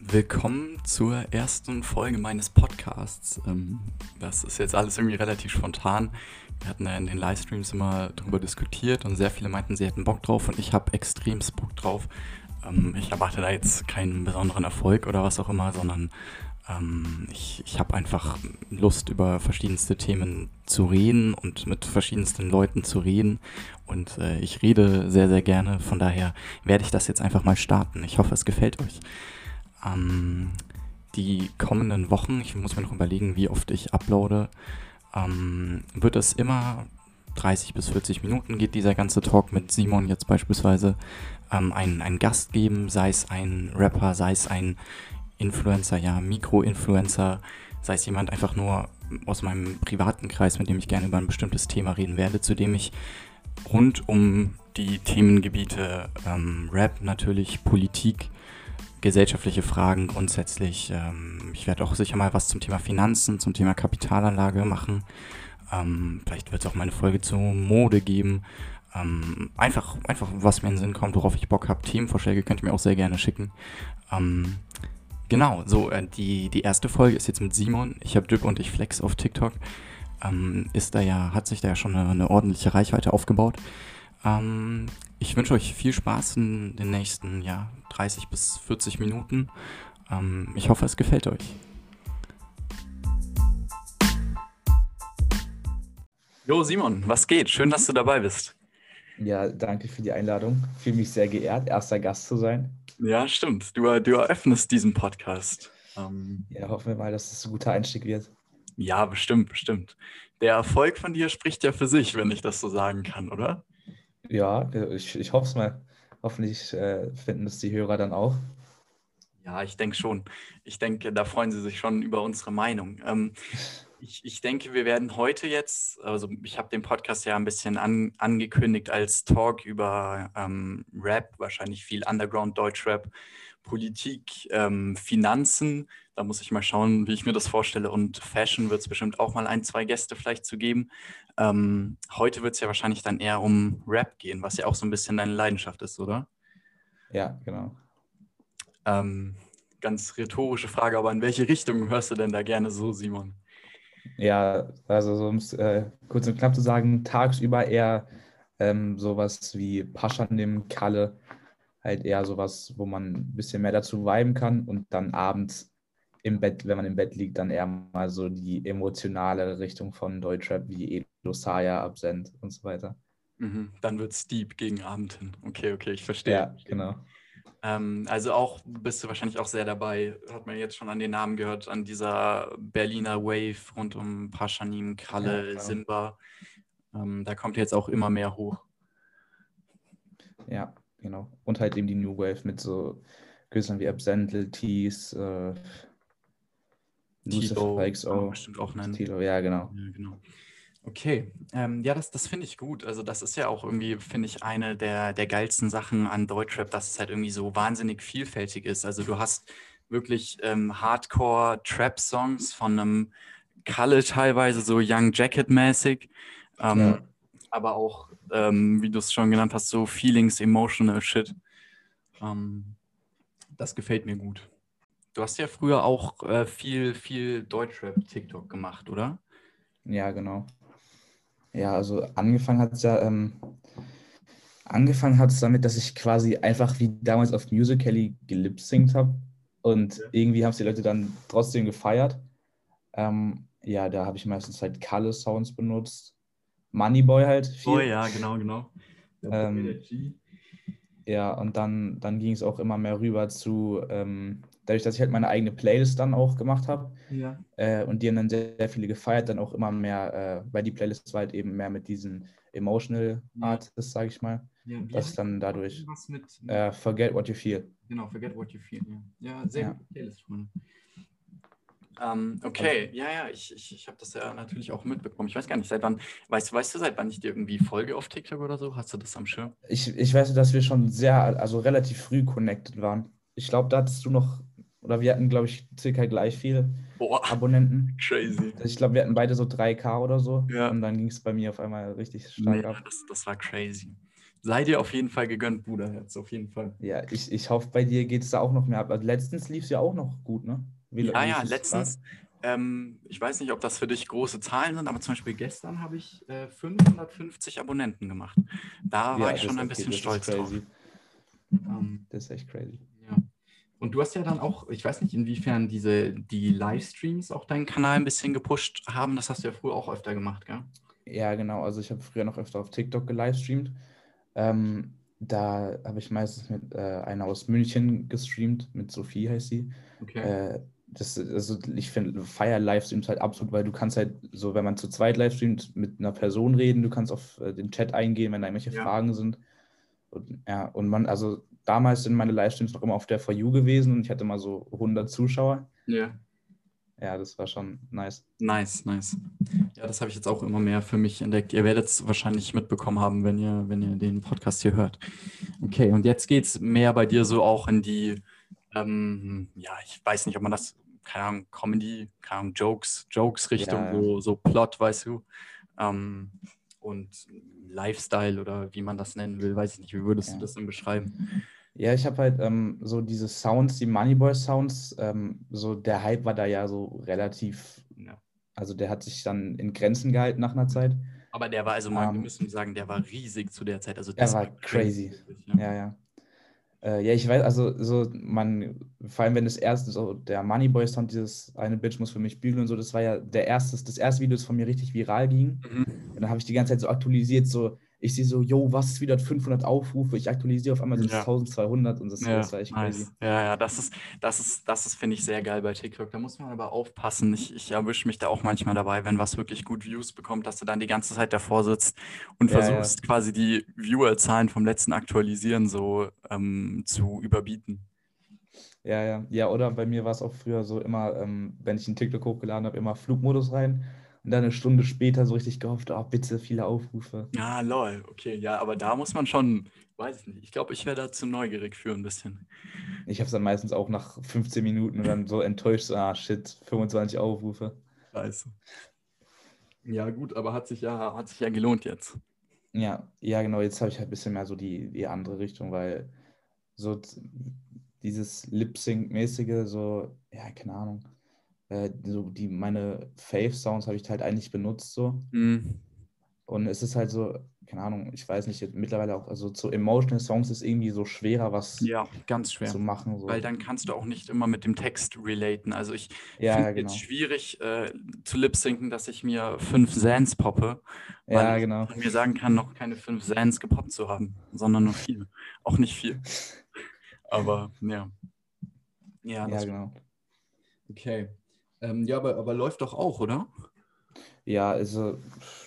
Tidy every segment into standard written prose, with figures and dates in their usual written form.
Willkommen zur ersten Folge meines Podcasts. Das ist jetzt alles irgendwie relativ spontan. Wir hatten ja in den Livestreams immer darüber diskutiert und sehr viele meinten, sie hätten Bock drauf und ich habe extremst Bock drauf. Ich erwarte da jetzt keinen besonderen Erfolg oder was auch immer, sondern ich habe einfach Lust, über verschiedenste Themen zu reden und mit verschiedensten Leuten zu reden. Und ich rede sehr, sehr gerne. Von daher werde ich das jetzt einfach mal starten. Ich hoffe, es gefällt euch. Die kommenden Wochen, ich muss mir noch überlegen, wie oft ich uploade, wird es immer 30 bis 40 Minuten geht dieser ganze Talk mit Simon jetzt beispielsweise, einen Gast geben, sei es ein Rapper, sei es ein Influencer, ja, Mikro-Influencer, sei es jemand einfach nur aus meinem privaten Kreis, mit dem ich gerne über ein bestimmtes Thema reden werde, zu dem ich rund um die Themengebiete Rap, natürlich Politik, gesellschaftliche Fragen grundsätzlich. Ich werde auch sicher mal was zum Thema Finanzen, zum Thema Kapitalanlage machen. Vielleicht wird es auch mal eine Folge zur Mode geben. Einfach was mir in den Sinn kommt, worauf ich Bock habe. Themenvorschläge könnt ihr mir auch sehr gerne schicken. Genau, so die erste Folge ist jetzt mit Simon. Ich habe Dip und ich Flex auf TikTok. Hat sich da ja schon eine ordentliche Reichweite aufgebaut. Ich wünsche euch viel Spaß in den nächsten 30 bis 40 Minuten. Ich hoffe, es gefällt euch. Jo, Simon, was geht? Schön, dass du dabei bist. Ja, danke für die Einladung. Fühle mich sehr geehrt, erster Gast zu sein. Ja, stimmt. Du eröffnest diesen Podcast. Ja, hoffen wir mal, dass es ein guter Einstieg wird. Ja, bestimmt. Der Erfolg von dir spricht ja für sich, wenn ich das so sagen kann, oder? Ja, ich hoffe es mal. Hoffentlich finden es die Hörer dann auch. Ja, ich denke schon. Ich denke, da freuen sie sich schon über unsere Meinung. Ich denke, wir werden heute jetzt, also ich habe den Podcast ja ein bisschen angekündigt als Talk über Rap, wahrscheinlich viel Underground, Deutschrap, Politik, Finanzen. Da muss ich mal schauen, wie ich mir das vorstelle. Und Fashion wird es bestimmt auch mal 1, 2 Gäste vielleicht zu geben. Heute wird es ja wahrscheinlich dann eher um Rap gehen, was ja auch so ein bisschen deine Leidenschaft ist, oder? Ja, genau. Ganz rhetorische Frage, aber in welche Richtung hörst du denn da gerne so, Simon? Ja, also so, um es kurz und knapp zu sagen, tagsüber eher sowas wie Paschanim, Kalle, halt eher sowas, wo man ein bisschen mehr dazu viben kann und dann abends im Bett, wenn man im Bett liegt, dann eher mal so die emotionale Richtung von Deutschrap wie Edo, Saya, Absent und so weiter. Dann wird es deep gegen Abend hin. Okay, ich verstehe. Ja, genau. Also auch bist du wahrscheinlich auch sehr dabei, hat man jetzt schon an den Namen gehört, an dieser Berliner Wave rund um Paschanim, Ja, Kralle, genau. Simba. Da kommt jetzt auch immer mehr hoch. Ja, genau. Und halt eben die New Wave mit so Künstlern wie Absent, Lil Tees, Lucifer Tilo kann man XO, bestimmt auch nennen. Tilo, ja, genau. Ja, genau. Okay, das finde ich gut. Also das ist ja auch irgendwie, finde ich, eine der geilsten Sachen an Deutschrap, dass es halt irgendwie so wahnsinnig vielfältig ist. Also du hast wirklich Hardcore-Trap-Songs von einem Kalle teilweise, so Young Jacket-mäßig, Ja. aber auch, wie du es schon genannt hast, so Feelings, Emotional Shit. Das gefällt mir gut. Du hast ja früher auch viel Deutschrap-TikTok gemacht, oder? Ja, genau. Ja, also angefangen hat es damit, dass ich quasi einfach wie damals auf Musical.ly gelipsingt habe und irgendwie haben es die Leute dann trotzdem gefeiert. Ja, da habe ich meistens halt Kalle-Sounds benutzt. Moneyboy halt Oh viel. ja, genau. Der Boy, der Ähm, G. ja, und dann ging es auch immer mehr rüber zu, dadurch, dass ich halt meine eigene Playlist dann auch gemacht habe. Ja. Und die haben dann sehr, sehr viele gefeiert, dann auch immer mehr, weil die Playlist war halt eben mehr mit diesen Emotional Ja, Artists, sage ich mal. ja, wie Das heißt dann das? dadurch Irgendwas mit, Forget What You Feel. genau, Forget What You Feel. Ja, sehr Ja. gute Playlist von. Also Okay, ich habe das ja natürlich auch mitbekommen. Ich weiß gar nicht, seit wann, weißt du, seit wann ich dir irgendwie folge auf TikTok oder so? Hast du das am Schirm? ich weiß, dass wir schon sehr, also relativ früh connected waren. Ich glaube, da hattest du noch oder wir hatten, glaube ich, circa gleich viel Boah, Abonnenten. crazy. Ich glaube, wir hatten beide so 3K oder so Ja. und dann ging es bei mir auf einmal richtig stark Nee, ab. das war crazy. Sei dir auf jeden Fall gegönnt, Bruderherz, auf jeden Fall. Ja, ich hoffe, bei dir geht es da auch noch mehr ab. Also letztens lief es ja auch noch gut, ne? Ja, Wie ja, ist es gerade? letztens, ich weiß nicht, ob das für dich große Zahlen sind, aber zum Beispiel gestern habe ich 550 Abonnenten gemacht. Da war Ja, ich schon ein bisschen das ist stolz drauf. crazy. Ähm, Das ist echt crazy. ja. Und du hast ja dann auch, ich weiß nicht, inwiefern die Livestreams auch deinen Kanal ein bisschen gepusht haben. Das hast du ja früher auch öfter gemacht, gell? Ja, genau. Also ich habe früher noch öfter auf TikTok gelivestreamt. Da habe ich meistens mit einer aus München gestreamt, mit Sophie heißt sie. Okay. Also ich finde, feier Livestreams halt absolut, weil du kannst halt so, wenn man zu zweit livestreamt, mit einer Person reden, du kannst auf den Chat eingehen, wenn da irgendwelche Ja. Fragen sind. Und, ja, und also damals sind meine Livestreams noch immer auf der For You gewesen und ich hatte mal so 100 Zuschauer. Ja. Ja, das war schon nice. Nice, nice. Ja, das habe ich jetzt auch immer mehr für mich entdeckt. Ihr werdet es wahrscheinlich mitbekommen haben, wenn ihr den Podcast hier hört. Okay, und jetzt geht es mehr bei dir so auch in die, ja, ich weiß nicht, ob man das, keine Ahnung, Comedy, keine Ahnung, Jokes-Richtung, Ja, so Plot, weißt du, ähm, und Lifestyle oder wie man das nennen will, weiß ich nicht. Wie würdest du ja. das denn beschreiben? Ja, ich habe halt so diese Sounds, die Moneyboy-Sounds, so der Hype war da ja so relativ, Ja. also der hat sich dann in Grenzen gehalten nach einer Zeit. Aber der war, also wir Ähm, müssen sagen, der war riesig zu der Zeit. Also Er das war war crazy, crazy. wirklich, ja. Ja, ja. Ja, ich weiß, also so vor allem wenn das erste, so der Moneyboy-Sound, dieses eine Bitch muss für mich bügeln und so, das war ja das erste Video, das von mir richtig viral ging. Mhm. Und dann habe ich die ganze Zeit so aktualisiert, so, ich sehe so, yo, was ist wieder 500 Aufrufe? Ich aktualisiere, auf einmal sind es Ja. 1200 und Ja, das war echt crazy. nice. Ja, ja, das ist, finde ich, sehr geil bei TikTok. Da muss man aber aufpassen. Ich erwische mich da auch manchmal dabei, wenn was wirklich gut Views bekommt, dass du dann die ganze Zeit davor sitzt und Ja, ja, versuchst quasi die Viewerzahlen vom letzten Aktualisieren so zu überbieten. ja, ja. Ja, oder bei mir war es auch früher so immer, wenn ich einen TikTok hochgeladen habe, immer Flugmodus rein und dann eine Stunde später so richtig gehofft, oh, bitte viele Aufrufe. Ah, lol, okay, ja, aber da muss man schon, weiß ich nicht, ich glaube, ich wäre da zu neugierig für ein bisschen. Ich habe es dann meistens auch nach 15 Minuten und dann so enttäuscht, so, ah, shit, 25 Aufrufe. Scheiße. Ja, gut, aber hat sich ja gelohnt jetzt. Ja, ja, genau, jetzt habe ich halt ein bisschen mehr so die andere Richtung, weil so dieses Lip-Sync-mäßige, so, ja, keine Ahnung, so meine Fave-Sounds habe ich halt eigentlich benutzt, so. Mhm. Und es ist halt so, keine Ahnung, ich weiß nicht, mittlerweile auch, also zu Emotional Songs ist irgendwie so schwerer, was Ja, ganz schwer. zu machen, Weil so. dann kannst du auch nicht immer mit dem Text relaten. Also ich Ja, finde ja, es jetzt genau. schwierig zu lip-syncen, dass ich mir 5 Sans poppe, weil Ja, ich genau. von mir sagen kann, noch keine 5 Sans gepoppt zu haben, sondern nur 4. Auch nicht viel. Aber ja, ja, Ja, das genau. okay. Ja, aber läuft doch auch, oder? Ja, also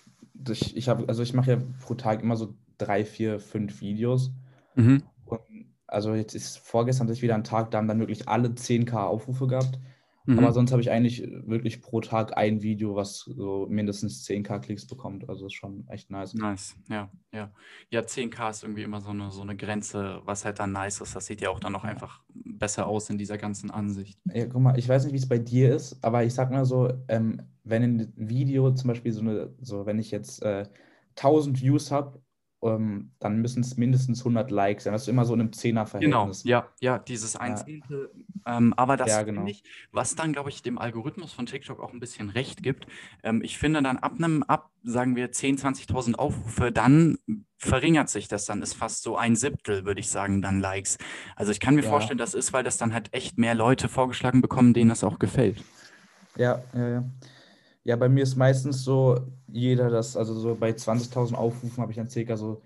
ich mache ja pro Tag immer so 3, 4, 5 Videos. Mhm. Und also jetzt ist vorgestern hatte ich wieder einen Tag, da haben dann wirklich alle 10K Aufrufe gehabt. Aber Mhm. sonst habe ich eigentlich wirklich pro Tag ein Video, was so mindestens 10K Klicks bekommt. Also ist schon echt nice. Nice, ja, ja. Ja, 10K ist irgendwie immer so eine Grenze, was halt dann nice ist. Das sieht ja auch dann noch Ja. einfach besser aus in dieser ganzen Ansicht. Ja, guck mal, ich weiß nicht, wie es bei dir ist, aber ich sag mal so, wenn ein Video zum Beispiel wenn ich jetzt 1000 Views habe, dann müssen es mindestens 100 Likes sein. Das ist immer so in einem Genau, Zehner-Verhältnis. ja, ja, dieses ein Ja, Zehntel. Aber das ja, finde genau. ich, was dann, glaube ich, dem Algorithmus von TikTok auch ein bisschen recht gibt. Ich finde dann sagen wir, 10.000, 20.000 Aufrufe, dann verringert sich das. Dann ist fast so ein Siebtel, würde ich sagen, dann Likes. Also ich kann mir Ja, vorstellen, das ist, weil das dann halt echt mehr Leute vorgeschlagen bekommen, denen das auch gefällt. ja, ja, ja. Ja, bei mir ist meistens so, also so bei 20.000 Aufrufen habe ich dann circa so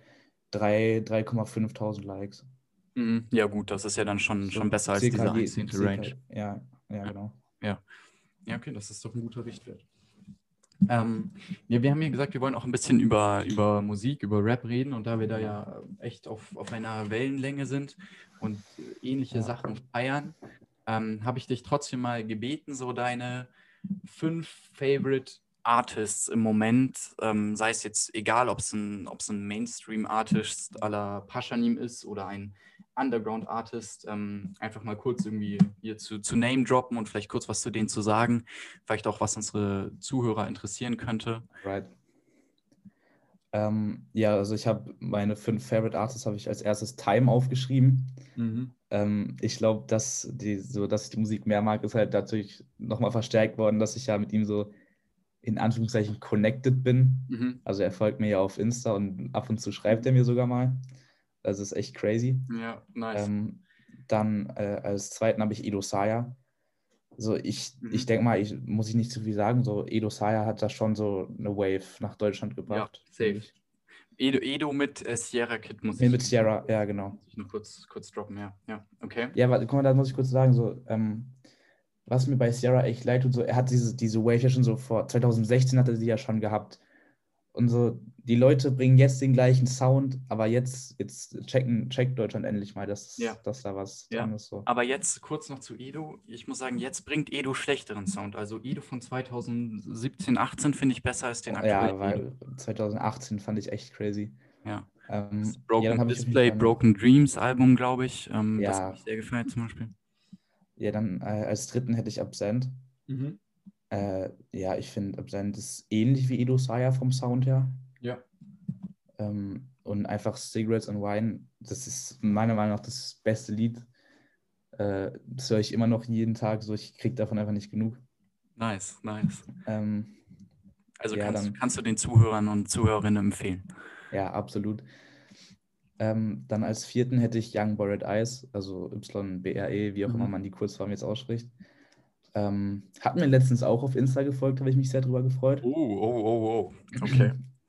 3.500 Likes. Mhm. Ja, gut, das ist ja dann schon So besser als circa diese ein je, Zehntel circa, Range. ja, ja, Ja, genau. ja. Ja, okay, das ist doch ein guter Richtwert. Ja, wir haben ja gesagt, wir wollen auch ein bisschen über Musik, über Rap reden und da wir da ja echt auf einer Wellenlänge sind und ähnliche Ja. Sachen feiern, habe ich dich trotzdem mal gebeten, so deine 5 Favorite Artists im Moment, sei es jetzt egal, ob es ein Mainstream-Artist à la Pashanim ist oder ein Underground-Artist, einfach mal kurz irgendwie hier zu Name-droppen und vielleicht kurz was zu denen zu sagen, vielleicht auch, was unsere Zuhörer interessieren könnte. Right. Ja, also ich habe meine 5 Favorite Artists habe ich als erstes Time aufgeschrieben. Ich glaube, dass ich die Musik mehr mag, ist halt dadurch nochmal verstärkt worden, dass ich ja mit ihm so in Anführungszeichen connected bin. Also er folgt mir ja auf Insta und ab und zu schreibt er mir sogar mal. Das ist echt crazy. Ja, nice. Dann als zweiten habe ich Edo Saya. So, ich denke mal, muss ich nicht zu viel sagen, so Edo Saya hat da schon so eine Wave nach Deutschland gebracht. Ja, safe. Edo mit Sierra Kid muss Nee, mit Sierra, ja, genau. Muss ich nur kurz droppen, ja. Ja, okay. Ja, warte, guck mal, da muss ich kurz sagen, so, was mir bei Sierra echt leid tut, so, er hat diese Wave ja schon so vor 2016 hat er sie ja schon gehabt. Und so, die Leute bringen jetzt den gleichen Sound, aber jetzt checkt Deutschland endlich mal, dass da was dran ist. So. Aber jetzt kurz noch zu Edo. Ich muss sagen, jetzt bringt Edo schlechteren Sound. Also Edo von 2017, 18 finde ich besser als den aktuellen. Ja, weil 2018 fand ich echt crazy. Ja. Das Broken Display, Broken Dreams Album, glaube ich. Das Ja. habe ich sehr gefeiert zum Beispiel. Ja, dann als dritten hätte ich Absent. Ja, ich finde, Absent ist ähnlich wie Edo Saya vom Sound her. Ja. Und einfach Cigarettes and Wine, das ist meiner Meinung nach das beste Lied. Das höre ich immer noch jeden Tag, so ich kriege davon einfach nicht genug. Nice. Also ja, kannst du den Zuhörern und Zuhörerinnen empfehlen? Ja, absolut. Dann als vierten hätte ich Young Borrowed Eyes, also YBRE, wie auch immer man die Kurzform jetzt ausspricht. Hat mir letztens auch auf Insta gefolgt, habe ich mich sehr drüber gefreut. Oh. Okay.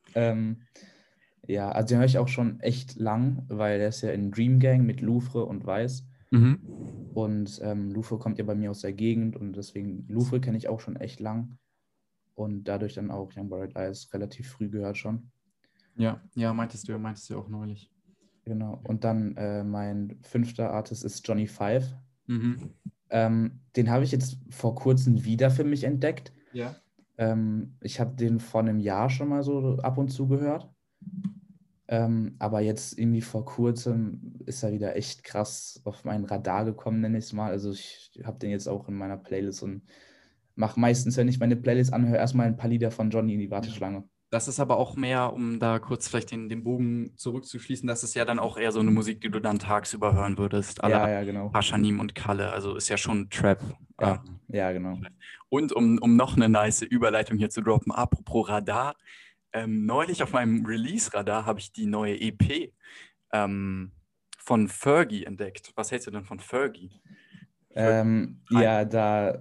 Ja, also den höre ich auch schon echt lang, weil der ist ja in Dream Gang mit Louvre und Weiß. Und Louvre kommt ja bei mir aus der Gegend und deswegen Louvre kenne ich auch schon echt lang. Und dadurch dann auch Young Borrowed Eyes relativ früh gehört schon. Ja, meintest du auch neulich. Genau. Und dann mein 5. Artist ist Johnny Five. Den habe ich jetzt vor kurzem wieder für mich entdeckt. Ja. Ich habe den vor einem Jahr schon mal so ab und zu gehört. Aber jetzt irgendwie vor kurzem ist er wieder echt krass auf mein Radar gekommen, nenne ich es mal. Also ich habe den jetzt auch in meiner Playlist und mache meistens, wenn ich meine Playlist anhöre, erstmal ein paar Lieder von Johnny in die Warteschlange. Das ist aber auch mehr, um da kurz vielleicht den Bogen zurückzuschließen, das ist ja dann auch eher so eine Musik, die du dann tagsüber hören würdest. Ja, genau. Pashanim und Kalle, also ist ja schon Trap. Ja, genau. Und um noch eine nice Überleitung hier zu droppen, apropos Radar, neulich auf meinem Release-Radar habe ich die neue EP von Fergie entdeckt. Was hältst du denn von Fergie? Ja, da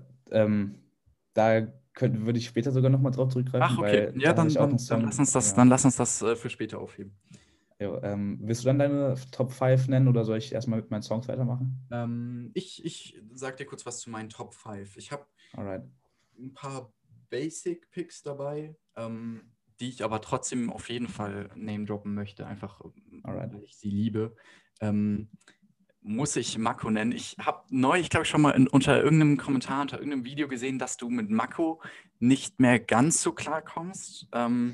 würde ich später sogar nochmal drauf zurückgreifen. Ach, okay. Weil Ja, dann lass uns das für später aufheben. Ja, willst du dann deine Top 5 nennen oder soll ich erstmal mit meinen Songs weitermachen? Ich sag dir kurz was zu meinen Top 5. Ich habe ein paar Basic-Picks dabei, die ich aber trotzdem auf jeden Fall name-droppen möchte, einfach weil ich sie liebe. Muss ich Mako nennen. Ich habe neulich, glaube ich, schon mal unter irgendeinem Kommentar, unter irgendeinem Video gesehen, dass du mit Mako nicht mehr ganz so klarkommst.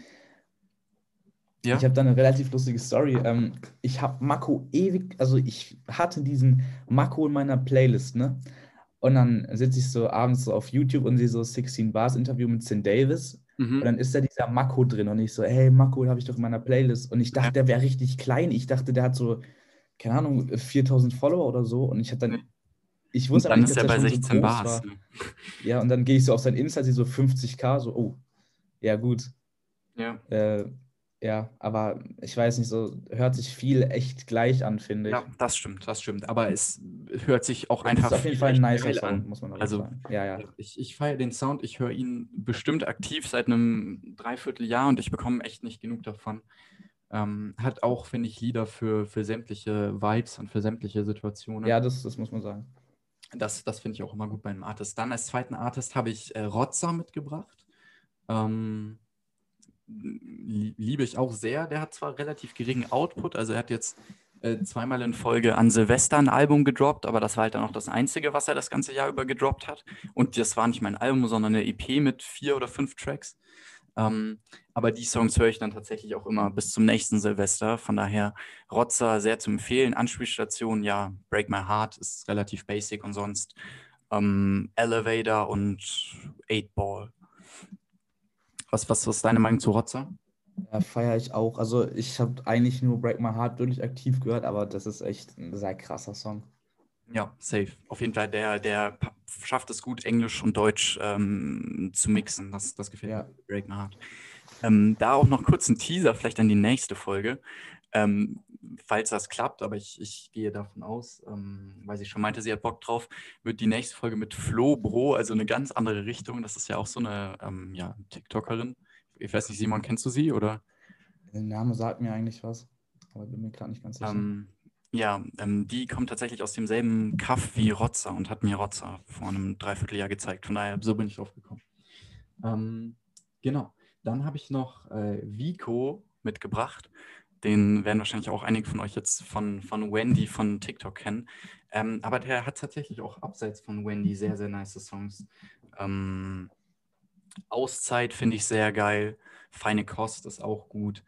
Ja? Ich habe da eine relativ lustige Story. Ich habe Mako ewig, also ich hatte diesen Mako in meiner Playlist, ne? Und dann sitze ich so abends so auf YouTube und sehe so 16 Bars Interview mit Sin Davis. Und dann ist da dieser Mako drin und ich so, hey, Mako habe ich doch in meiner Playlist. Und ich dachte, der wäre richtig klein. Ich dachte, der hat so, keine Ahnung, 4000 Follower oder so. Und ich wusste aber nicht, dass der schon so groß war. Ja, und dann gehe ich so auf sein Insta, sehe so 50.000, so, oh, ja gut. Ja, aber ich weiß nicht, so hört sich viel echt gleich an, finde ich. Ja, das stimmt. Aber es hört sich auch einfach ist auf jeden Fall ein nicer Sound, muss man auch sagen. Ja. Ich feiere den Sound, ich höre ihn bestimmt aktiv seit einem Dreivierteljahr und ich bekomme echt nicht genug davon. Hat auch, finde ich, Lieder für sämtliche Vibes und für sämtliche Situationen. Ja, das muss man sagen. Das finde ich auch immer gut bei einem Artist. Dann als zweiten Artist habe ich Rotzer mitgebracht. Liebe ich auch sehr. Der hat zwar relativ geringen Output, also er hat jetzt zweimal in Folge an Silvester ein Album gedroppt, aber das war halt dann auch das Einzige, was er das ganze Jahr über gedroppt hat. Und das war nicht mein Album, sondern eine EP mit 4 oder 5 Tracks. Aber die Songs höre ich dann tatsächlich auch immer bis zum nächsten Silvester. Von daher Rotzer sehr zu empfehlen. Anspielstation, ja, Break My Heart ist relativ basic und sonst Elevator und 8 Ball. Was ist deine Meinung zu Rotzer? Ja, feiere ich auch. Also ich habe eigentlich nur Break My Heart wirklich aktiv gehört, aber das ist echt ein sehr krasser Song. Ja, safe. Auf jeden Fall, der schafft es gut, Englisch und Deutsch zu mixen. Das gefällt mir. Ja, Break My Heart. Da auch noch kurz ein Teaser, vielleicht an die nächste Folge, ähm, falls das klappt, aber ich gehe davon aus, weil sie schon meinte, sie hat Bock drauf, wird die nächste Folge mit Flo Bro, also eine ganz andere Richtung. Das ist ja auch so eine ja, TikTokerin. Ich weiß nicht, Simon, kennst du sie oder? der Name sagt mir eigentlich was, aber bin mir gerade nicht ganz sicher. Ja, die kommt tatsächlich aus demselben Kaff wie Rotzer und hat mir Rotzer vor einem Dreivierteljahr gezeigt. Von daher, so bin ich drauf gekommen. Genau. Dann habe ich noch Vico mitgebracht. Den werden wahrscheinlich auch einige von euch jetzt von Wendy von TikTok kennen. Aber der hat tatsächlich auch abseits von Wendy sehr, sehr nice Songs. Auszeit finde ich sehr geil. Feine Kost ist auch gut.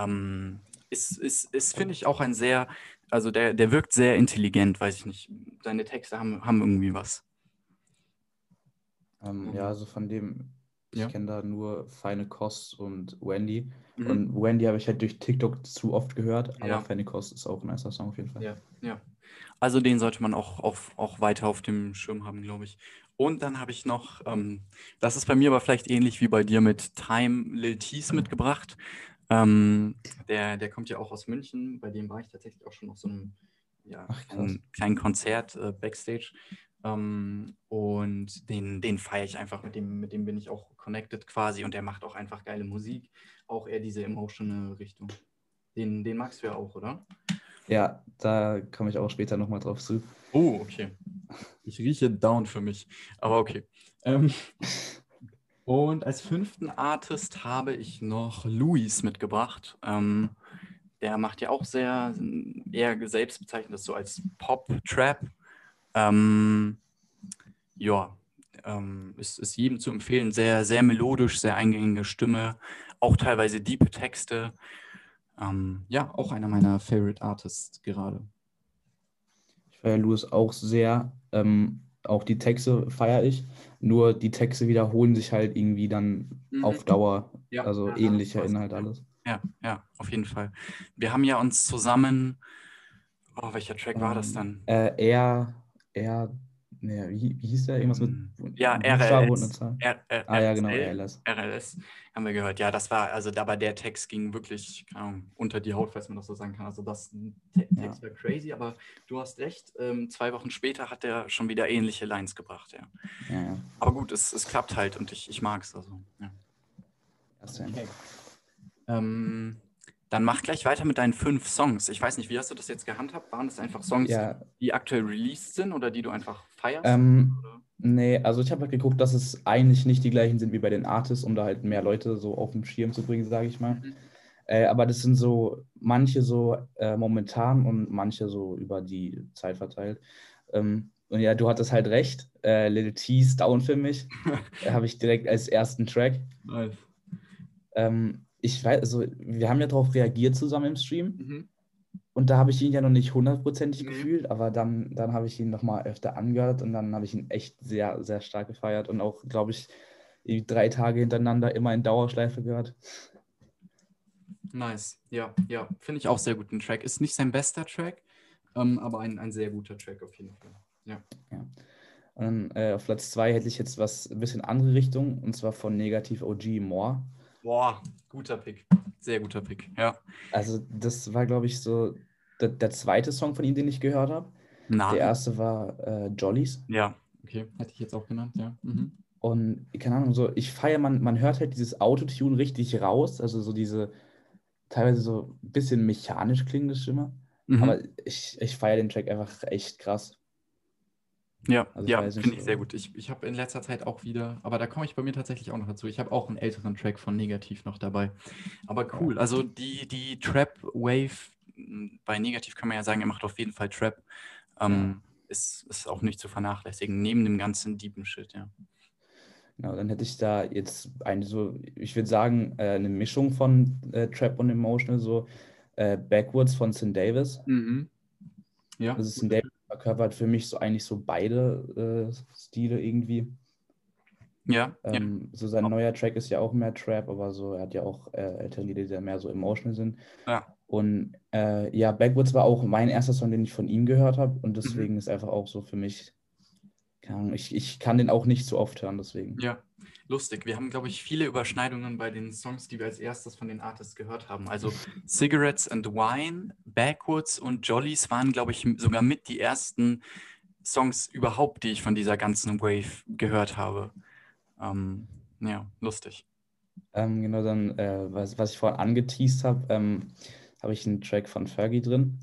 Ist finde ich, auch ein sehr, also der wirkt sehr intelligent, weiß ich nicht. Seine Texte haben irgendwie was. Ja, also von dem, ich Ja. kenne da nur Feine Kost und Wendy. Mhm. Und Wendy habe ich halt durch TikTok zu oft gehört, aber Ja. Feine Kost ist auch ein nicer Song auf jeden Fall. Ja, ja. Also den sollte man auch weiter auf dem Schirm haben, glaube ich. Und dann habe ich noch, das ist bei mir aber vielleicht ähnlich wie bei dir mit Time Lil Tees mitgebracht. Der kommt ja auch aus München, bei dem war ich tatsächlich auch schon auf so einem ja, Ach, krass. kleinen Konzert Backstage. Und den feiere ich einfach, mit dem bin ich auch connected quasi und der macht auch einfach geile Musik, auch eher diese emotional Richtung. Den magst du ja auch, oder? Ja, da komme ich auch später nochmal drauf zu. Oh, okay. Ich rieche down für mich, aber okay. Ähm, und als 5. Artist habe ich noch Luis mitgebracht. Der macht ja auch sehr, eher selbst bezeichnet das so als Pop-Trap. Ja, ist jedem zu empfehlen. Sehr, sehr melodisch, sehr eingängige Stimme, auch teilweise diepe Texte. Ja, auch einer meiner Favorite Artists gerade. Ich feiere Louis auch sehr. Auch die Texte feiere ich. Nur die Texte wiederholen sich halt irgendwie dann Mhm. auf Dauer. Ja, Also da hast du ähnlicher was. Inhalt alles. Ja, ja, auf jeden Fall. Wir haben ja uns zusammen, oh, welcher Track war das Ähm, dann? äh, er, er, ne, wie hieß der? Irgendwas mit Ja, Buchstabe und eine RLS. Zahl. Ah ja, genau, RSL, RLS. RLS haben wir gehört. Ja, das war, also aber der Text ging wirklich, keine Ahnung, unter die Haut, falls man das so sagen kann. Also das Ja, Text war crazy, aber du hast recht, 2 Wochen später hat er schon wieder ähnliche Lines gebracht, ja. ja, ja. Aber gut, es klappt halt und ich mag es. Also, ja. Erzählen. Okay. Dann mach gleich weiter mit deinen 5 Songs. Ich weiß nicht, wie hast du das jetzt gehandhabt? Waren das einfach Songs, Ja, die aktuell released sind oder die du einfach feierst? ähm, Oder? nee, also ich habe halt geguckt, dass es eigentlich nicht die gleichen sind wie bei den Artists, um da halt mehr Leute so auf den Schirm zu bringen, sage ich mal. Mhm. Aber das sind so manche so momentan und manche so über die Zeit verteilt. Und ja, du hattest halt recht. Little T's Down für mich habe ich direkt als ersten Track. Nice. Ich weiß, also wir haben ja darauf reagiert zusammen im Stream Mhm. und da habe ich ihn ja noch nicht hundertprozentig Nee. gefühlt, aber dann habe ich ihn nochmal öfter angehört und dann habe ich ihn echt sehr, sehr stark gefeiert und auch, glaube ich, 3 Tage hintereinander immer in Dauerschleife gehört. Nice. Ja, ja, finde ich auch sehr guten Track. Ist nicht sein bester Track, aber ein sehr guter Track auf jeden Fall. Ja. Ja. Und dann auf Platz 2 hätte ich jetzt was ein bisschen andere Richtung und zwar von Negativ OG More. Boah, guter Pick. Sehr guter Pick, ja. Also das war, glaube ich, so der zweite Song von ihm, den ich gehört habe. Der Navi? erste war Jollies. Ja, okay. Hätte ich jetzt auch genannt, ja. Mhm. Und keine Ahnung, so ich feiere, man hört halt dieses Autotune richtig raus, also so diese teilweise so ein bisschen mechanisch klingende Stimme. Mhm. Aber ich feiere den Track einfach echt krass. Ja, Also ich ja, weiß nicht finde ich so. sehr gut. Ich habe in letzter Zeit auch wieder, aber da komme ich bei mir tatsächlich auch noch dazu. Ich habe auch einen älteren Track von Negativ noch dabei. Aber Ja, cool, also die Trap-Wave bei Negativ kann man ja sagen, er macht auf jeden Fall Trap. Ist auch nicht zu vernachlässigen, neben dem ganzen deepen Shit, ja. Genau, dann hätte ich da jetzt ich würde sagen, eine Mischung von Trap und Emotional, so Backwards von Sin Davis. Ja. Also Sin Davis verkörpert für mich so eigentlich so beide Stile irgendwie. Ja. So sein neuer Track ist ja auch mehr Trap, aber so, er hat ja auch ältere Lieder, die mehr so emotional sind. Ja. Und ja, Backwards war auch mein erster Song, den ich von ihm gehört habe. Und deswegen ist einfach auch so für mich, keine Ahnung, ich kann den auch nicht so oft hören, deswegen. Ja, lustig. Wir haben, glaube ich, viele Überschneidungen bei den Songs, die wir als erstes von den Artists gehört haben. Also Cigarettes and Wine, Backwards und Jollies waren, glaube ich, sogar mit die ersten Songs überhaupt, die ich von dieser ganzen Wave gehört habe. Ja, lustig. Genau, dann, was ich vorhin angeteased habe, habe ich einen Track von Fergie drin.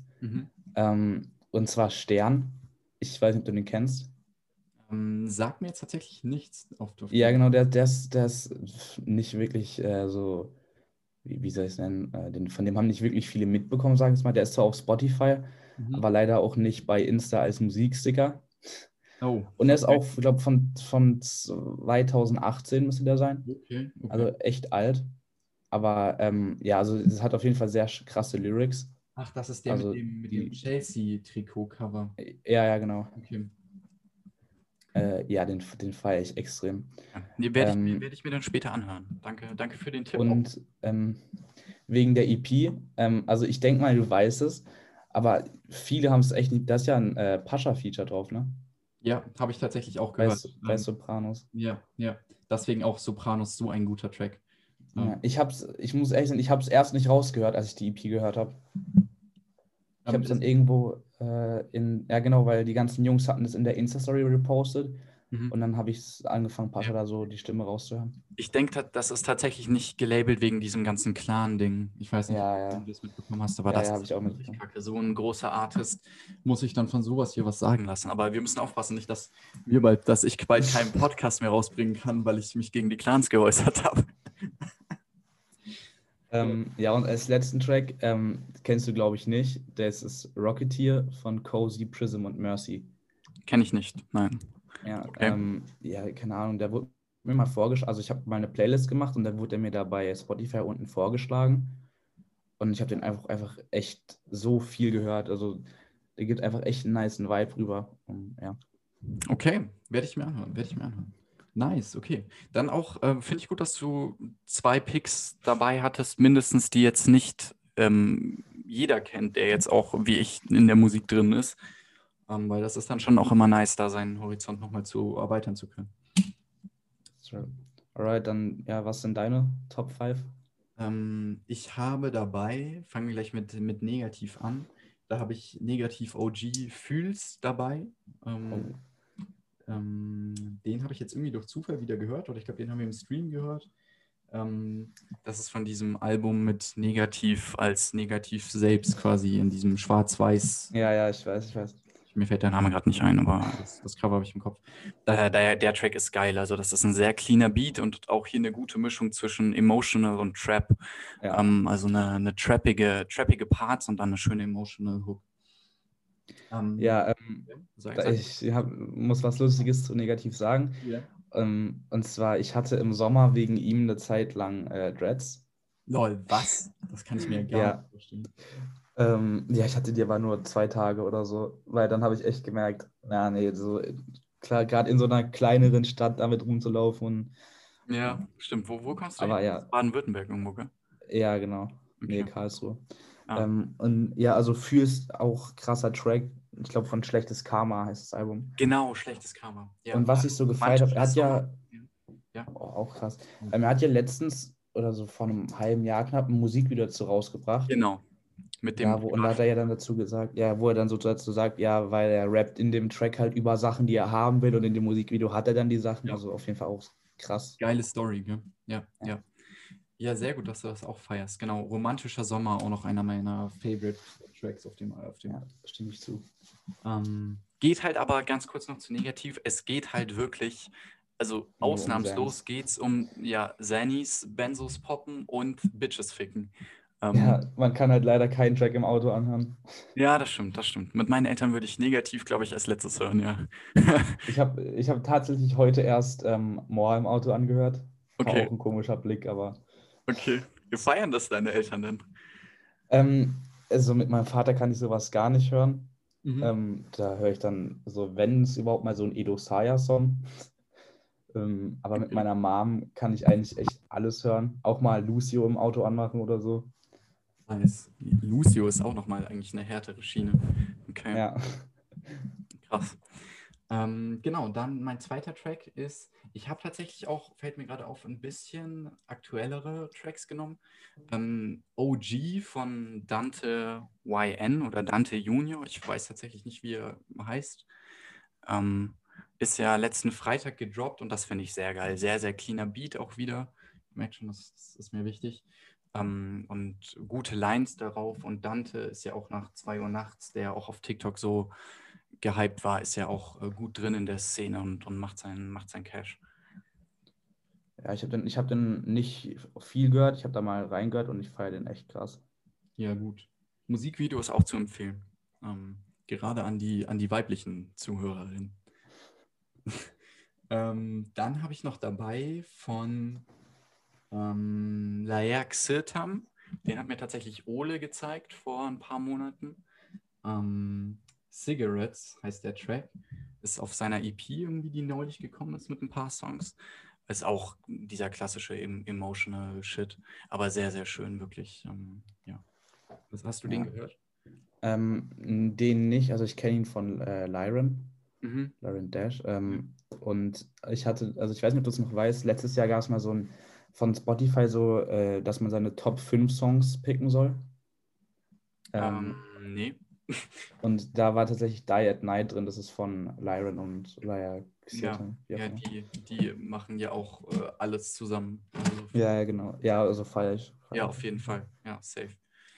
Und zwar Stern. Ich weiß nicht, ob du den kennst. Sagt mir jetzt tatsächlich nichts auf Ja, genau, der ist nicht wirklich so, wie soll ich es nennen, von dem haben nicht wirklich viele mitbekommen, sage ich mal. Der ist zwar auf Spotify, aber leider auch nicht bei Insta als Musiksticker. Oh, Und er ist auch, ich glaube, von 2018 müsste der sein. okay. Also echt alt. Aber ja, also es hat auf jeden Fall sehr krasse Lyrics. Ach, das ist der Also mit dem Chelsea-Trikot-Cover. ja, genau. Okay. Ja, den feiere ich extrem. Ja. Die werd ich mir dann später anhören. Danke für den Tipp. Und wegen der EP, also ich denke mal, du weißt es, aber viele haben es echt nicht. Da ist ja ein Pascha-Feature drauf, ne? Ja, habe ich tatsächlich auch gehört. Bei Sopranos. Ja. Deswegen auch Sopranos so ein guter Track. Ja, ich muss ehrlich sagen, ich habe es erst nicht rausgehört, als ich die EP gehört habe. Ich habe es dann irgendwo ja genau, weil die ganzen Jungs hatten es in der Insta-Story repostet. Und dann habe ich angefangen, Pascha da so die Stimme rauszuhören. Ich denke, das ist tatsächlich nicht gelabelt wegen diesem ganzen Clan-Ding. Ich weiß nicht, ob du das mitbekommen hast, aber das habe ist ich auch richtig mitbekommen. kacke. So ein großer Artist muss ich dann von sowas hier was sagen lassen. Aber wir müssen aufpassen, nicht, dass ich bald keinen Podcast mehr rausbringen kann, weil ich mich gegen die Clans geäußert habe. Ja, und als letzten Track kennst du, glaube ich, nicht. Das ist Rocketeer von Cozy, Prism und Mercy. Kenne ich nicht, nein. Ja, Okay. ja, keine Ahnung, der wurde mir mal vorgeschlagen. Also ich habe mal eine Playlist gemacht und dann wurde er mir da bei Spotify unten vorgeschlagen. Und ich habe den einfach echt so viel gehört. Also der gibt einfach echt einen nicen Vibe rüber. Und, ja. Okay, werde ich mir anhören. Nice, okay. Dann auch finde ich gut, dass du 2 Picks dabei hattest, mindestens, die jetzt nicht jeder kennt, der jetzt auch wie ich in der Musik drin ist. Weil das ist dann schon auch immer nice, da seinen Horizont nochmal zu erweitern zu können. Alright, dann, ja, was sind deine Top 5? Ich habe dabei, fangen wir gleich mit Negativ an. Da habe ich Negativ OG Fühls dabei. Den habe ich jetzt irgendwie durch Zufall wieder gehört, oder ich glaube, den haben wir im Stream gehört. Das ist von diesem Album mit Negativ als Negativ selbst quasi in diesem Schwarz-Weiß. Ja, ich weiß. Mir fällt der Name gerade nicht ein, aber das Cover habe ich im Kopf. Der Track ist geil. Also das ist ein sehr cleaner Beat und auch hier eine gute Mischung zwischen Emotional und Trap. Ja. Also eine trappige Parts und dann eine schöne Emotional Hook. Ich muss was Lustiges zu Negativ sagen. Ja. Und zwar, ich hatte im Sommer wegen ihm eine Zeit lang Dreads. Lol, was? Das kann ich mir gar nicht vorstellen. Ja, ich hatte die aber nur 2 Tage oder so, weil dann habe ich echt gemerkt, so klar, gerade in so einer kleineren Stadt damit rumzulaufen. Und, ja, stimmt. Wo kommst du aber hin? ja. Baden-Württemberg irgendwo, gell? Ja, genau. Okay. Nee, Karlsruhe. Ah. Und ja, also Fühlst auch krasser Track. Ich glaube, von Schlechtes Karma heißt das Album. Genau, Schlechtes Karma. Ja. Und was ich so gefeiert habe, er hat ja. Oh, auch krass. Er hat ja letztens oder so vor einem halben Jahr knapp ein Musikvideo dazu rausgebracht. Genau. Mit dem und da hat er ja dann dazu gesagt, ja, wo er dann so dazu sagt, ja, weil er rappt in dem Track halt über Sachen, die er haben will, und in dem Musikvideo hat er dann die Sachen. Ja. Also auf jeden Fall auch krass. Geile Story, gell? Ja. Ja, sehr gut, dass du das auch feierst. Genau, Romantischer Sommer, auch noch einer meiner Favorite Tracks auf dem. Ja, stimme ich zu. Geht halt aber ganz kurz noch zu Negativ. Es geht halt wirklich, also ausnahmslos geht es um Zannies, Benzos poppen und Bitches ficken. Ähm, Ja, man kann halt leider keinen Track im Auto anhören. ja, das stimmt, das stimmt. Mit meinen Eltern würde ich negativ, glaube ich, als letztes hören, ja. Ich hab tatsächlich heute erst More im Auto angehört. War Okay, auch ein komischer Blick, aber okay. Wir feiern das deine Eltern denn? ähm, also mit meinem Vater kann ich sowas gar nicht hören. Mhm. Da höre ich dann so, wenn es überhaupt mal so ein Edo Saya-Song. Aber mit Okay. meiner Mom kann ich eigentlich echt alles hören. Auch mal Lucio im Auto anmachen oder so. Nice. Lucio ist auch nochmal eigentlich eine härtere Schiene. Okay, Ja. krass. Genau, dann mein zweiter Track ist, ich habe tatsächlich auch, fällt mir gerade auf, ein bisschen aktuellere Tracks genommen. OG von Dante YN oder Dante Junior, ich weiß tatsächlich nicht, wie er heißt, ähm, ist ja letzten Freitag gedroppt und das finde ich sehr geil. Sehr, sehr cleaner Beat auch wieder. Ich merke schon, das ist mir wichtig. Und gute Lines darauf. Und Dante ist ja auch nach 2 Uhr nachts, der auch auf TikTok so gehypt war, ist ja auch gut drin in der Szene und macht sein Cash. Ja, ich hab den nicht viel gehört. Ich habe da mal reingehört und ich feiere den echt krass. Ja, gut. Musikvideo ist auch zu empfehlen. Gerade an die weiblichen Zuhörerinnen. Dann habe ich noch dabei von Laerk Sirtam. Den hat mir tatsächlich Ole gezeigt vor ein paar Monaten. Cigarettes heißt der Track. Ist auf seiner EP irgendwie, die neulich gekommen ist mit ein paar Songs. Ist auch dieser klassische Emotional Shit, aber sehr, sehr schön, wirklich. Ja. Hast du den Ja. gehört? Den nicht, also ich kenne ihn von Lyran, Mhm. Lyran Dash. Ja. Und also ich weiß nicht, ob du es noch weißt, letztes Jahr gab es mal so ein von Spotify so, dass man seine Top 5 Songs picken soll. Ähm, Nee. und da war tatsächlich Die at Night drin, das ist von Lyran und Laya Ja, Xirtan, wie auch ja, immer. die machen ja auch alles zusammen. Also Ja, ja, genau. Ja, also feiere ich. ja, Feier ich auf auf jeden jeden Fall. Fall. Ja, safe.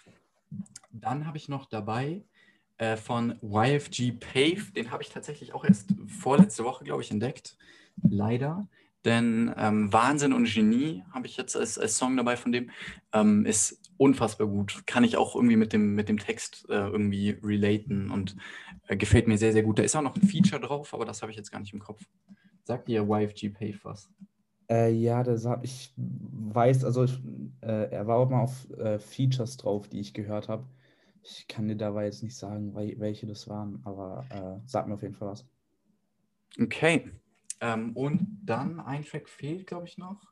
Dann habe ich noch dabei von YFG Pave. Den habe ich tatsächlich auch erst vorletzte Woche, glaube ich, entdeckt. Leider. Denn Wahnsinn und Genie habe ich jetzt als Song dabei von dem. Ist unfassbar gut. Kann ich auch irgendwie mit dem Text irgendwie relaten und gefällt mir sehr, sehr gut. Da ist auch noch ein Feature drauf, aber das habe ich jetzt gar nicht im Kopf. Sagt dir YFG Pave was? Ja, ich weiß, also er war auch mal auf Features drauf, die ich gehört habe. Ich kann dir dabei jetzt nicht sagen, welche das waren, aber sag mir auf jeden Fall was. Okay. Und dann ein Track fehlt, glaube ich, noch.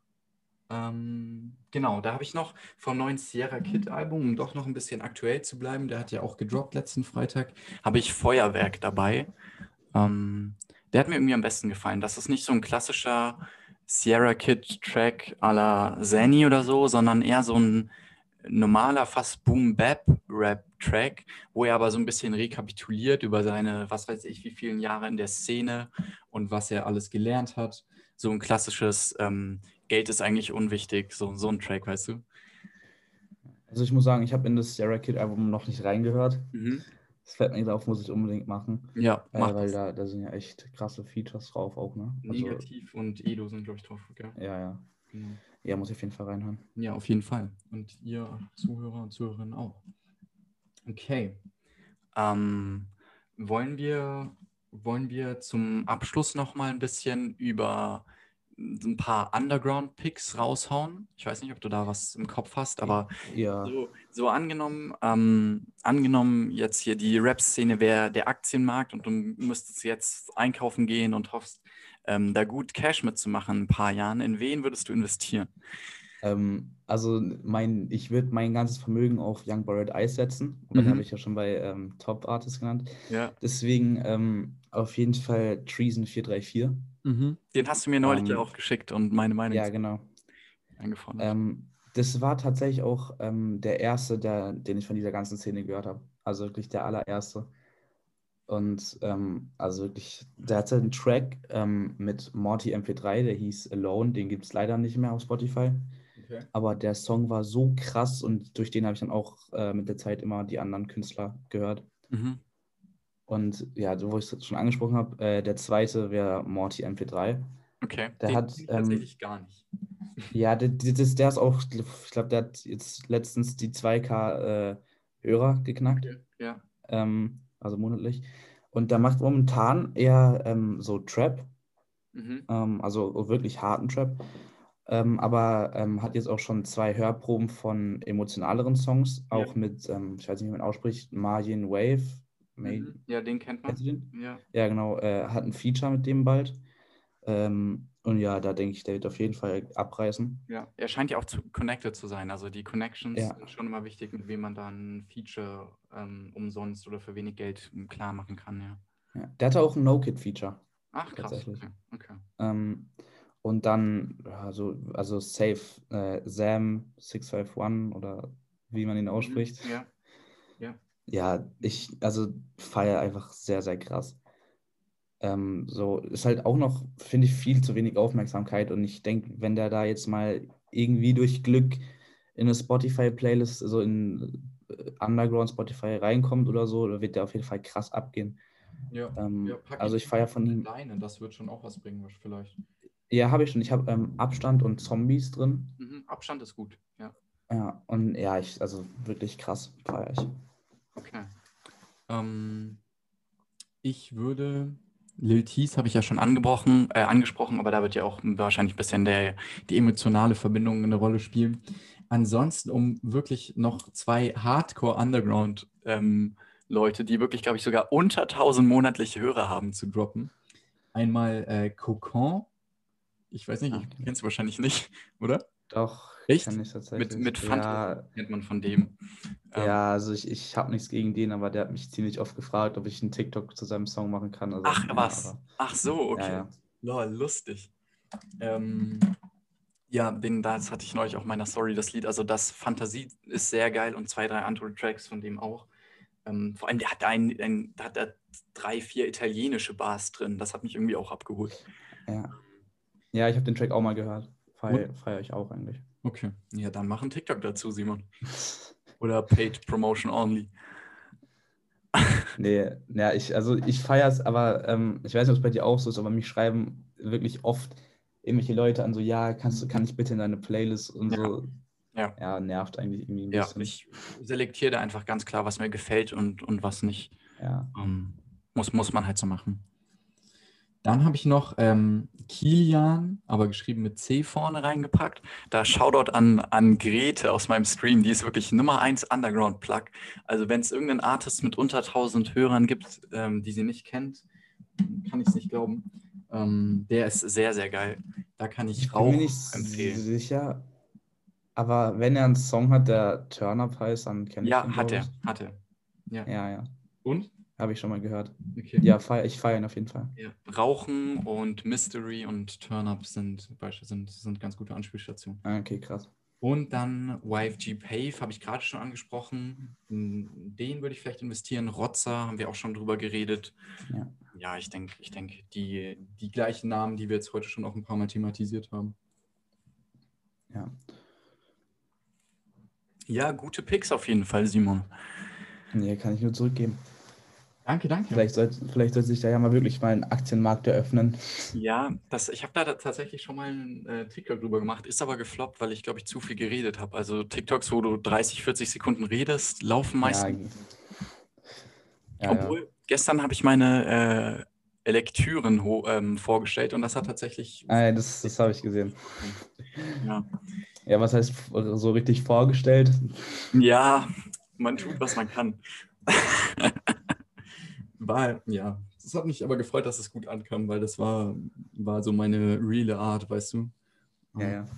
Genau, da habe ich noch vom neuen Sierra Kid Album, um doch noch ein bisschen aktuell zu bleiben, der hat ja auch gedroppt letzten Freitag, habe ich Feuerwerk dabei. Ähm, Der hat mir irgendwie am besten gefallen. Das ist nicht so ein klassischer Sierra Kid Track à la Zanny oder so, sondern eher so ein normaler, fast Boom-Bap-Rap-Track, wo er aber so ein bisschen rekapituliert über seine, was weiß ich, wie vielen Jahre in der Szene und was er alles gelernt hat. So ein klassisches Geld ist eigentlich unwichtig, so ein Track, weißt du? Also ich muss sagen, ich habe in das Sierra Kid Album noch nicht reingehört. Mhm. Das fällt mir drauf, muss ich unbedingt machen, Ja, mach weil das. da sind ja echt krasse Features drauf auch, ne? Also Negativ und Edo sind, glaube ich, drauf, gell? ja, ja. Genau. Ja, muss ich auf jeden Fall reinhören. Ja, auf jeden Fall. Und ihr Zuhörer und Zuhörerinnen auch. Okay. Ähm, wollen wir, wollen wir zum Abschluss noch mal ein bisschen über ein paar Underground-Picks raushauen? Ich weiß nicht, ob du da was im Kopf hast, aber Ja, so angenommen jetzt hier die Rap-Szene wäre der Aktienmarkt und du müsstest jetzt einkaufen gehen und hoffst, da gut Cash mitzumachen in ein paar Jahren. In wen würdest du investieren? also ich würde mein ganzes Vermögen auf Young Borrowed Ice setzen, aber den habe Mhm. ich ja schon bei Top Artist genannt. Ja. Deswegen auf jeden Fall Treason 434. Mhm. Den hast du mir neulich ja Ähm, auch geschickt und meine Meinung ja, genau. eingefordert. Das war tatsächlich auch der erste, den ich von dieser ganzen Szene gehört habe. Also wirklich der allererste. Und also wirklich, der hatte einen Track mit Morty MP3, der hieß Alone, den gibt es leider nicht mehr auf Spotify. Okay. Aber der Song war so krass und durch den habe ich dann auch mit der Zeit immer die anderen Künstler gehört. Mhm. Und ja, so, wo ich es schon angesprochen habe, der zweite wäre Morty MP3. Okay, Der den hat, kenne ich tatsächlich gar nicht. ja, der ist auch, ich glaube, der hat jetzt letztens die 2K Hörer geknackt, Okay, ja. also monatlich. Und der macht momentan eher so Trap, Mhm. also wirklich harten Trap. Aber hat jetzt auch schon 2 Hörproben von emotionaleren Songs, Ja. auch mit, ich weiß nicht, wie man ausspricht, Margin Wave. Mhm. Ja, den kennt Kennst man. du den? Ja. Ja, genau, hat ein Feature mit dem bald. Und ja, da denke ich, der wird auf jeden Fall abreißen. Ja, er scheint ja auch connected zu sein. Also die Connections Ja, sind schon immer wichtig, mit wem man dann ein Feature umsonst oder für wenig Geld klar machen kann, ja. ja. Der hatte auch ein No-Kid-Feature, Ach, krass. tatsächlich. Okay, okay. Ähm, und dann, ja, so, also Safe, Sam 651 oder wie man ihn Mhm. ausspricht. Ja, ja. Ja, also feiere einfach sehr, sehr krass. So ist halt auch noch, finde ich, viel zu wenig Aufmerksamkeit. Und ich denke, wenn der da jetzt mal irgendwie durch Glück in eine Spotify-Playlist, so in Underground Spotify reinkommt oder so, dann wird der auf jeden Fall krass abgehen. Ja, ja, pack Also ihn ich feiere einfach von mit ihm. rein und das wird schon auch was bringen, vielleicht. Ja, habe ich schon. Ich habe Abstand und Zombies drin. Mhm. Abstand ist gut, ja. Ja, und ja, also wirklich krass feiere ich. Okay. Ähm, Ich würde, Lil Tees habe ich ja schon angesprochen, aber da wird ja auch wahrscheinlich ein bisschen die emotionale Verbindung eine Rolle spielen. Ansonsten, um wirklich noch 2 Hardcore-Underground Leute, die wirklich, glaube ich, sogar unter 1000 monatliche Hörer haben, zu droppen. Einmal Cocon, ich weiß nicht, Ah, kennst du wahrscheinlich nicht, oder? doch, Echt? kenne ich Mit, tatsächlich. mit Fantasie Ja, kennt man von dem. Ähm, ja, also ich habe nichts gegen den, aber der hat mich ziemlich oft gefragt, ob ich einen TikTok zu seinem Song machen kann. Also, ach, ja, was? aber Ach so, ja, okay. ja. Lol, lustig. Ähm, Ja, das hatte ich neulich auch in meiner Story, das Lied. Also das Fantasie ist sehr geil und 2, 3 andere Tracks von dem auch. Vor allem, der hat da hat er 3, 4 italienische Bars drin. Das hat mich irgendwie auch abgeholt. Ja, ja, ich habe den Track auch mal gehört. Und? Feier ich auch eigentlich. Okay. Ja, dann mach einen TikTok dazu, Simon. Oder Paid Promotion Only. Nee, ja, also ich feiere es, aber ich weiß nicht, ob es bei dir auch so ist, aber mich schreiben wirklich oft irgendwelche Leute an, so, ja, kann ich bitte in deine Playlist und Ja, so. ja, Ja, nervt eigentlich irgendwie ein ja. bisschen. Ich selektiere da einfach ganz klar, was mir gefällt und was nicht. Ja, Muss man halt so machen. Dann habe ich noch Kilian, aber geschrieben mit C vorne reingepackt. Da Shoutout an Grete aus meinem Stream, die ist wirklich Nummer 1 Underground-Plug. Also wenn es irgendeinen Artist mit unter 1000 Hörern gibt, die sie nicht kennt, kann ich es nicht glauben. Der ist sehr, sehr geil. Da kann ich ich bin mir Rauch nicht empfehlen. sicher, aber wenn er einen Song hat, der Turn Up heißt, dann kenne ich Ja, den, glaube ich. hat er. Ja. Ja, ja, Und? habe ich schon mal gehört. Okay. Ja, ich feiere ihn auf jeden Fall. Ja. Rauchen und Mystery und Turn-Up sind ganz gute Anspielstationen. Ah, okay, krass. Und dann YFG Pave habe ich gerade schon angesprochen. In den würde ich vielleicht investieren. Rotzer haben wir auch schon drüber geredet. Ja. Ja, ich denke, die gleichen Namen, die wir jetzt heute schon auch ein paar Mal thematisiert haben. Ja. Ja, gute Picks auf jeden Fall, Simon. Nee, kann ich nur zurückgeben. Danke, danke. Vielleicht sollte sich da ja mal wirklich mal ein Aktienmarkt eröffnen. Ja, ich habe da tatsächlich schon mal einen TikTok drüber gemacht, ist aber gefloppt, weil ich, glaube ich, zu viel geredet habe. Also TikToks, wo du 30, 40 Sekunden redest, laufen Ja, meistens. ja, ja. Obwohl, gestern habe ich meine Lektüren vorgestellt und das hat tatsächlich Das habe ich gesehen. ja. Ja, was heißt so richtig vorgestellt? Ja, man tut, was man kann. Ja, das hat mich aber gefreut, dass es gut ankam, weil das war so meine reale Art, weißt du. Ja, ja.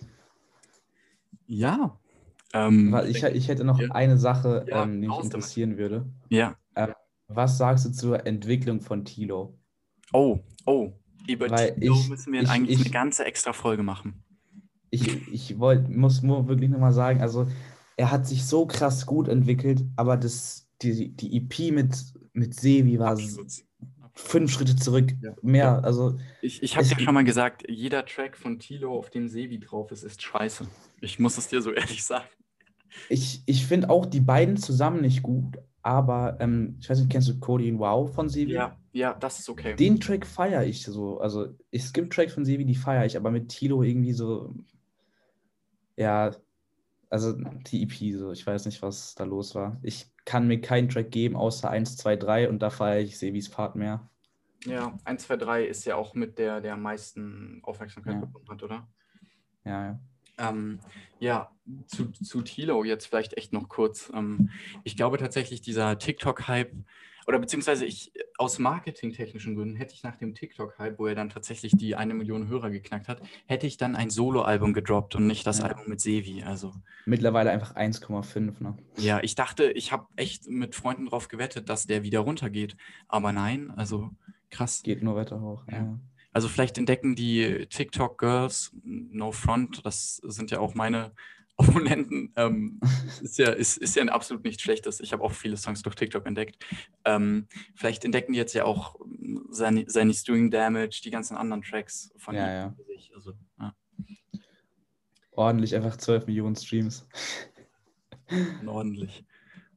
Ja. Ich hätte noch Ja, eine Sache, ja, die mich raus damit. interessieren würde. Ja. Was sagst du zur Entwicklung von Tilo? Oh. Über Weil Tilo müssen wir ich, eigentlich eine ich, ganze extra Folge machen. muss nur wirklich nochmal sagen, also er hat sich so krass gut entwickelt, aber die EP mit Sevi war Absolut. 5 Schritte zurück. Ja. Mehr, also Ich habe es, dir schon mal gesagt, jeder Track von Tilo, auf dem Sevi drauf ist scheiße. Ich muss es dir so ehrlich sagen. ich finde auch die beiden zusammen nicht gut, Aber ich weiß nicht, kennst du Cody and Wow von Sevi? Ja, das ist okay. Den Track feiere ich so. Also es gibt Tracks von Sevi, die feiere ich, aber mit Tilo irgendwie so, ja, also die EP so, ich weiß nicht, was da los war. Ich kann mir keinen Track geben, außer 1, 2, 3 und da feiere ich Sevis Part mehr. Ja, 1, 2, 3 ist ja auch mit der am meisten Aufmerksamkeit Ja. bekommen hat, oder? Ja. Ja, zu Tilo jetzt vielleicht echt noch kurz. Ich glaube tatsächlich, dieser TikTok-Hype, oder beziehungsweise aus marketingtechnischen Gründen hätte ich nach dem TikTok-Hype, wo er dann tatsächlich die 1 Million Hörer geknackt hat, hätte ich dann ein Solo-Album gedroppt und nicht das Ja. Album mit Sevi. Also Mittlerweile einfach 1,5, ne? ja, ich dachte, ich habe echt mit Freunden drauf gewettet, dass der wieder runtergeht. Aber nein, also krass. Geht nur weiter hoch. Ja. Ja. Also vielleicht entdecken die TikTok-Girls, no front, das sind ja auch meine Abonnenten, ist ja ein absolut nichts Schlechtes. Ich habe auch viele Songs durch TikTok entdeckt. Vielleicht entdecken die jetzt ja auch Zanny's Doing Damage, die ganzen anderen Tracks von ihm. Ja. Also, ja. Ordentlich, einfach 12 Millionen Streams. Ordentlich.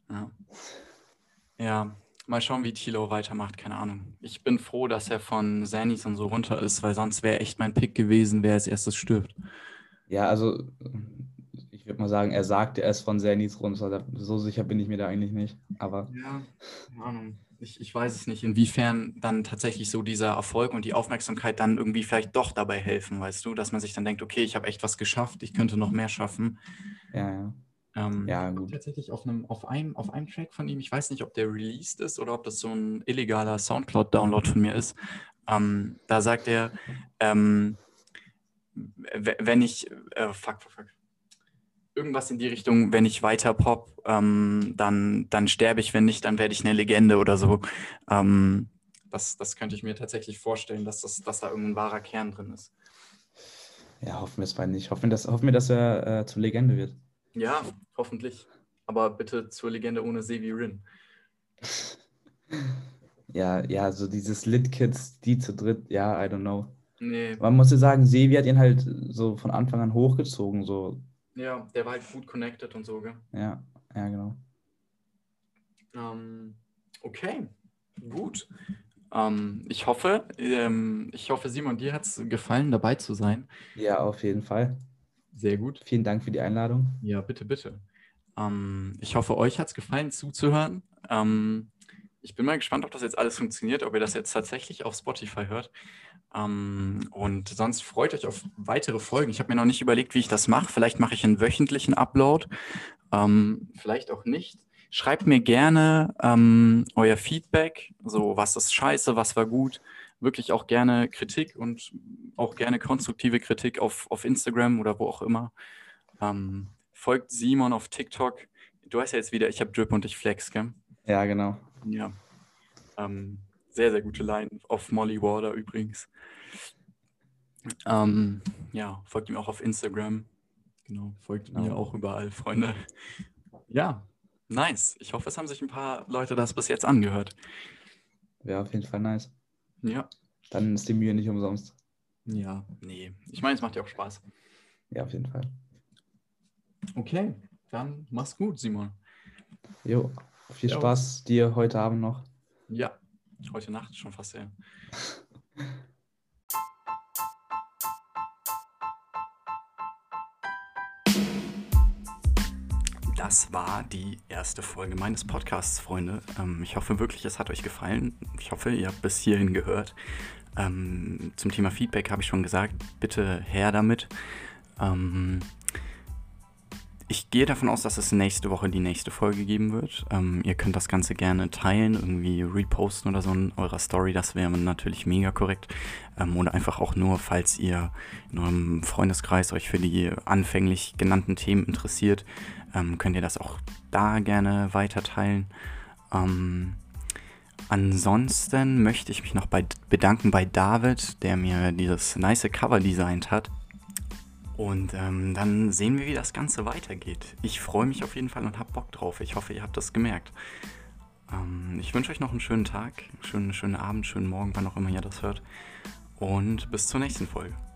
Ja, mal schauen, wie Tilo weitermacht, keine Ahnung. Ich bin froh, dass er von Xannies und so runter ist, weil sonst wäre echt mein Pick gewesen, wer als erstes stirbt. Ja, also ich würde mal sagen, er sagte es von Xannies runter. So sicher bin ich mir da eigentlich nicht. Aber ja, keine Ahnung. Ich weiß es nicht, inwiefern dann tatsächlich so dieser Erfolg und die Aufmerksamkeit dann irgendwie vielleicht doch dabei helfen, weißt du, dass man sich dann denkt, okay, ich habe echt was geschafft, ich könnte noch mehr schaffen. Ja, gut. Tatsächlich auf einem Track von ihm, ich weiß nicht, ob der released ist oder ob das so ein illegaler Soundcloud-Download von mir ist. Da sagt er, wenn ich, irgendwas in die Richtung, wenn ich weiter pop, dann sterbe ich, wenn nicht, dann werde ich eine Legende oder so. Das könnte ich mir tatsächlich vorstellen, dass da irgendein wahrer Kern drin ist. Ja, hoffen wir es mal nicht. Hoffen wir, dass er zur Legende wird. Ja, hoffentlich. Aber bitte zur Legende ohne Sevi Rin. Ja, so dieses Lit-Kids, die zu dritt, ja, I don't know. Nee. Man muss ja sagen, Sevi hat ihn halt so von Anfang an hochgezogen, so. Ja, der war halt gut connected und so, gell? Ja, genau. Okay, gut. Ich hoffe, Simon, dir hat es gefallen, dabei zu sein. Ja, auf jeden Fall. Sehr gut. Vielen Dank für die Einladung. Ja, bitte. Ich hoffe, euch hat es gefallen, zuzuhören. Ich bin mal gespannt, ob das jetzt alles funktioniert, ob ihr das jetzt tatsächlich auf Spotify hört. Und sonst freut euch auf weitere Folgen. Ich habe mir noch nicht überlegt, wie ich das mache. Vielleicht mache ich einen wöchentlichen Upload. Vielleicht auch nicht. Schreibt mir gerne euer Feedback. So, was ist scheiße, was war gut. Wirklich auch gerne Kritik und auch gerne konstruktive Kritik auf Instagram oder wo auch immer. Folgt Simon auf TikTok. Du weißt ja jetzt wieder, ich habe Drip und ich flex, gell? Ja, genau. Ja. Sehr, sehr gute Line auf Molly Water übrigens. Ja, folgt ihm auch auf Instagram. Genau, folgt mir auch überall, Freunde. Ja, nice. Ich hoffe, es haben sich ein paar Leute das bis jetzt angehört. Wäre auf jeden Fall nice. Ja. Dann ist die Mühe nicht umsonst. Ja, nee. Ich meine, es macht ja auch Spaß. Ja, auf jeden Fall. Okay, dann mach's gut, Simon. Jo, viel Spaß dir heute Abend noch. Ja, heute Nacht schon fast, ja. Das war die erste Folge meines Podcasts, Freunde. Ich hoffe wirklich, es hat euch gefallen. Ich hoffe, ihr habt bis hierhin gehört. Zum Thema Feedback habe ich schon gesagt, bitte her damit. Ich gehe davon aus, dass es nächste Woche die nächste Folge geben wird. Ihr könnt das Ganze gerne teilen, irgendwie reposten oder so in eurer Story. Das wäre natürlich mega korrekt. Oder einfach auch nur, falls ihr in eurem Freundeskreis euch für die anfänglich genannten Themen interessiert, könnt ihr das auch da gerne weiter teilen. Ansonsten möchte ich mich noch bedanken bei David, der mir dieses nice Cover designt hat. Und dann sehen wir, wie das Ganze weitergeht. Ich freue mich auf jeden Fall und habe Bock drauf. Ich hoffe, ihr habt das gemerkt. Ich wünsche euch noch einen schönen Tag, schönen Abend, schönen Morgen, wann auch immer ihr das hört. Und bis zur nächsten Folge.